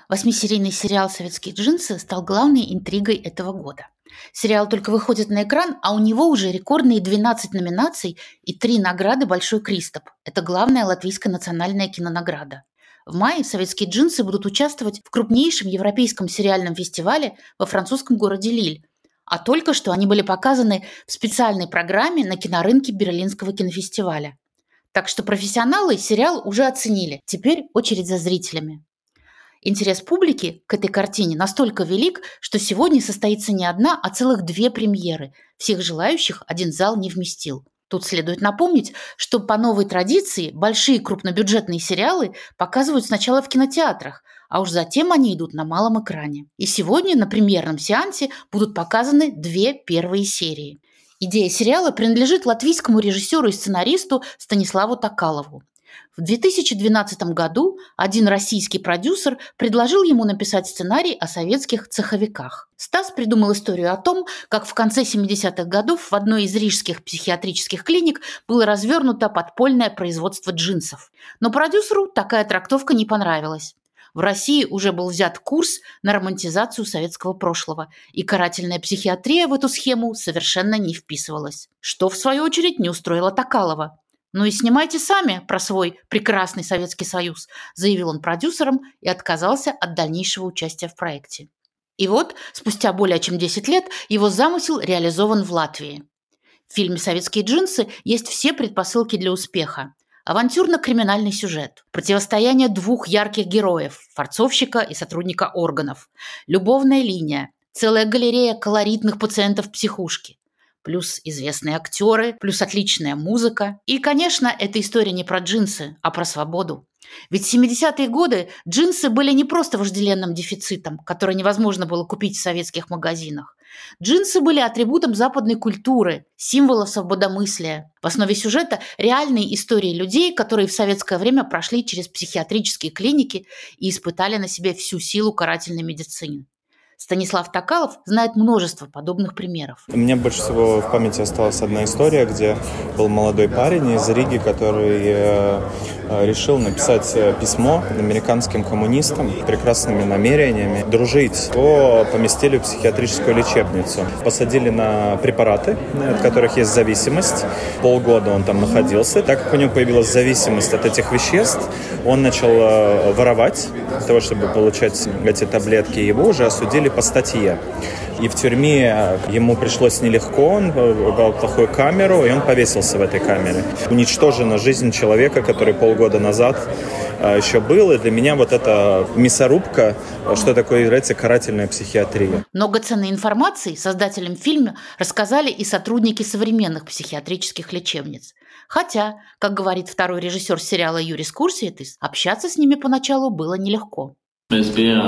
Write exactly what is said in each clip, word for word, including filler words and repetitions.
Восьмисерийный сериал «Советские джинсы» стал главной интригой этого года. Сериал только выходит на экран, а у него уже рекордные двенадцать номинаций и три награды «Большой Кристоп». Это главная латвийская национальная кинонаграда. В мае «Советские джинсы» будут участвовать в крупнейшем европейском сериальном фестивале во французском городе Лиль. А только что они были показаны в специальной программе на кинорынке Берлинского кинофестиваля. Так что профессионалы сериал уже оценили. Теперь очередь за зрителями. Интерес публики к этой картине настолько велик, что сегодня состоится не одна, а целых две премьеры. Всех желающих один зал не вместил. Тут следует напомнить, что по новой традиции большие крупнобюджетные сериалы показывают сначала в кинотеатрах, а уж затем они идут на малом экране. И сегодня на премьерном сеансе будут показаны две первые серии. Идея сериала принадлежит латвийскому режиссеру и сценаристу Станиславу Токалову. В две тысячи двенадцатом году один российский продюсер предложил ему написать сценарий о советских цеховиках. Стас придумал историю о том, как в конце семидесятых годов в одной из рижских психиатрических клиник было развернуто подпольное производство джинсов. Но продюсеру такая трактовка не понравилась. В России уже был взят курс на романтизацию советского прошлого, и карательная психиатрия в эту схему совершенно не вписывалась. Что, в свою очередь, не устроило Токалова. «Ну и снимайте сами про свой прекрасный Советский Союз», заявил он продюсерам и отказался от дальнейшего участия в проекте. И вот, спустя более чем десять лет, его замысел реализован в Латвии. В фильме «Советские джинсы» есть все предпосылки для успеха. Авантюрно-криминальный сюжет, противостояние двух ярких героев – форцовщика и сотрудника органов, любовная линия, целая галерея колоритных пациентов психушки, плюс известные актеры, плюс отличная музыка. И, конечно, эта история не про джинсы, а про свободу. Ведь в семидесятые годы джинсы были не просто вожделенным дефицитом, который невозможно было купить в советских магазинах. Джинсы были атрибутом западной культуры, символом свободомыслия. В основе сюжета реальные истории людей, которые в советское время прошли через психиатрические клиники и испытали на себе всю силу карательной медицины. Станислав Токалов знает множество подобных примеров. Мне больше всего в памяти осталась одна история, где был молодой парень из Риги, который решил написать письмо американским коммунистам с прекрасными намерениями дружить. Его поместили в психиатрическую лечебницу. Посадили на препараты, от которых есть зависимость. Полгода он там находился. Так как у него появилась зависимость от этих веществ, он начал воровать для того, чтобы получать эти таблетки. Его уже осудили по статье. И в тюрьме ему пришлось нелегко, он брал плохую камеру, и он повесился в этой камере. Уничтожена жизнь человека, который полгода назад еще был. И для меня вот эта мясорубка, что такое является карательная психиатрия. Много ценной информации создателям фильма рассказали и сотрудники современных психиатрических лечебниц. Хотя, как говорит второй режиссер сериала Юрис Курсиетис, общаться с ними поначалу было нелегко. Мы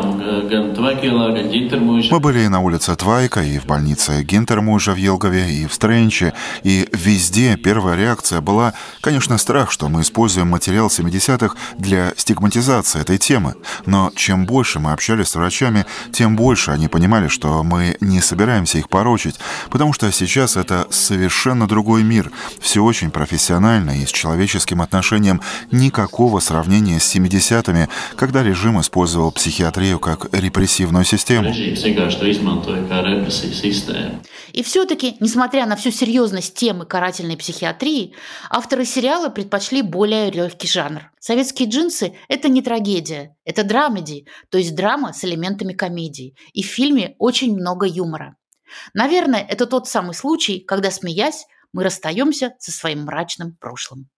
были и на улице Твайка, и в больнице Гинтермужа в Елгове, и в Стрэнче, и везде первая реакция была, конечно, страх, что мы используем материал семидесятых для стигматизации этой темы. Но чем больше мы общались с врачами, тем больше они понимали, что мы не собираемся их порочить, потому что сейчас это совершенно другой мир, все очень профессионально и с человеческим отношением, никакого сравнения с семидесятыми, когда режим использовал психиатрию как репрессивную систему. И все-таки, несмотря на всю серьезность темы карательной психиатрии, авторы сериала предпочли более легкий жанр. «Советские джинсы» — это не трагедия, это драмеди, то есть драма с элементами комедии. И в фильме очень много юмора. Наверное, это тот самый случай, когда, смеясь, мы расстаемся со своим мрачным прошлым.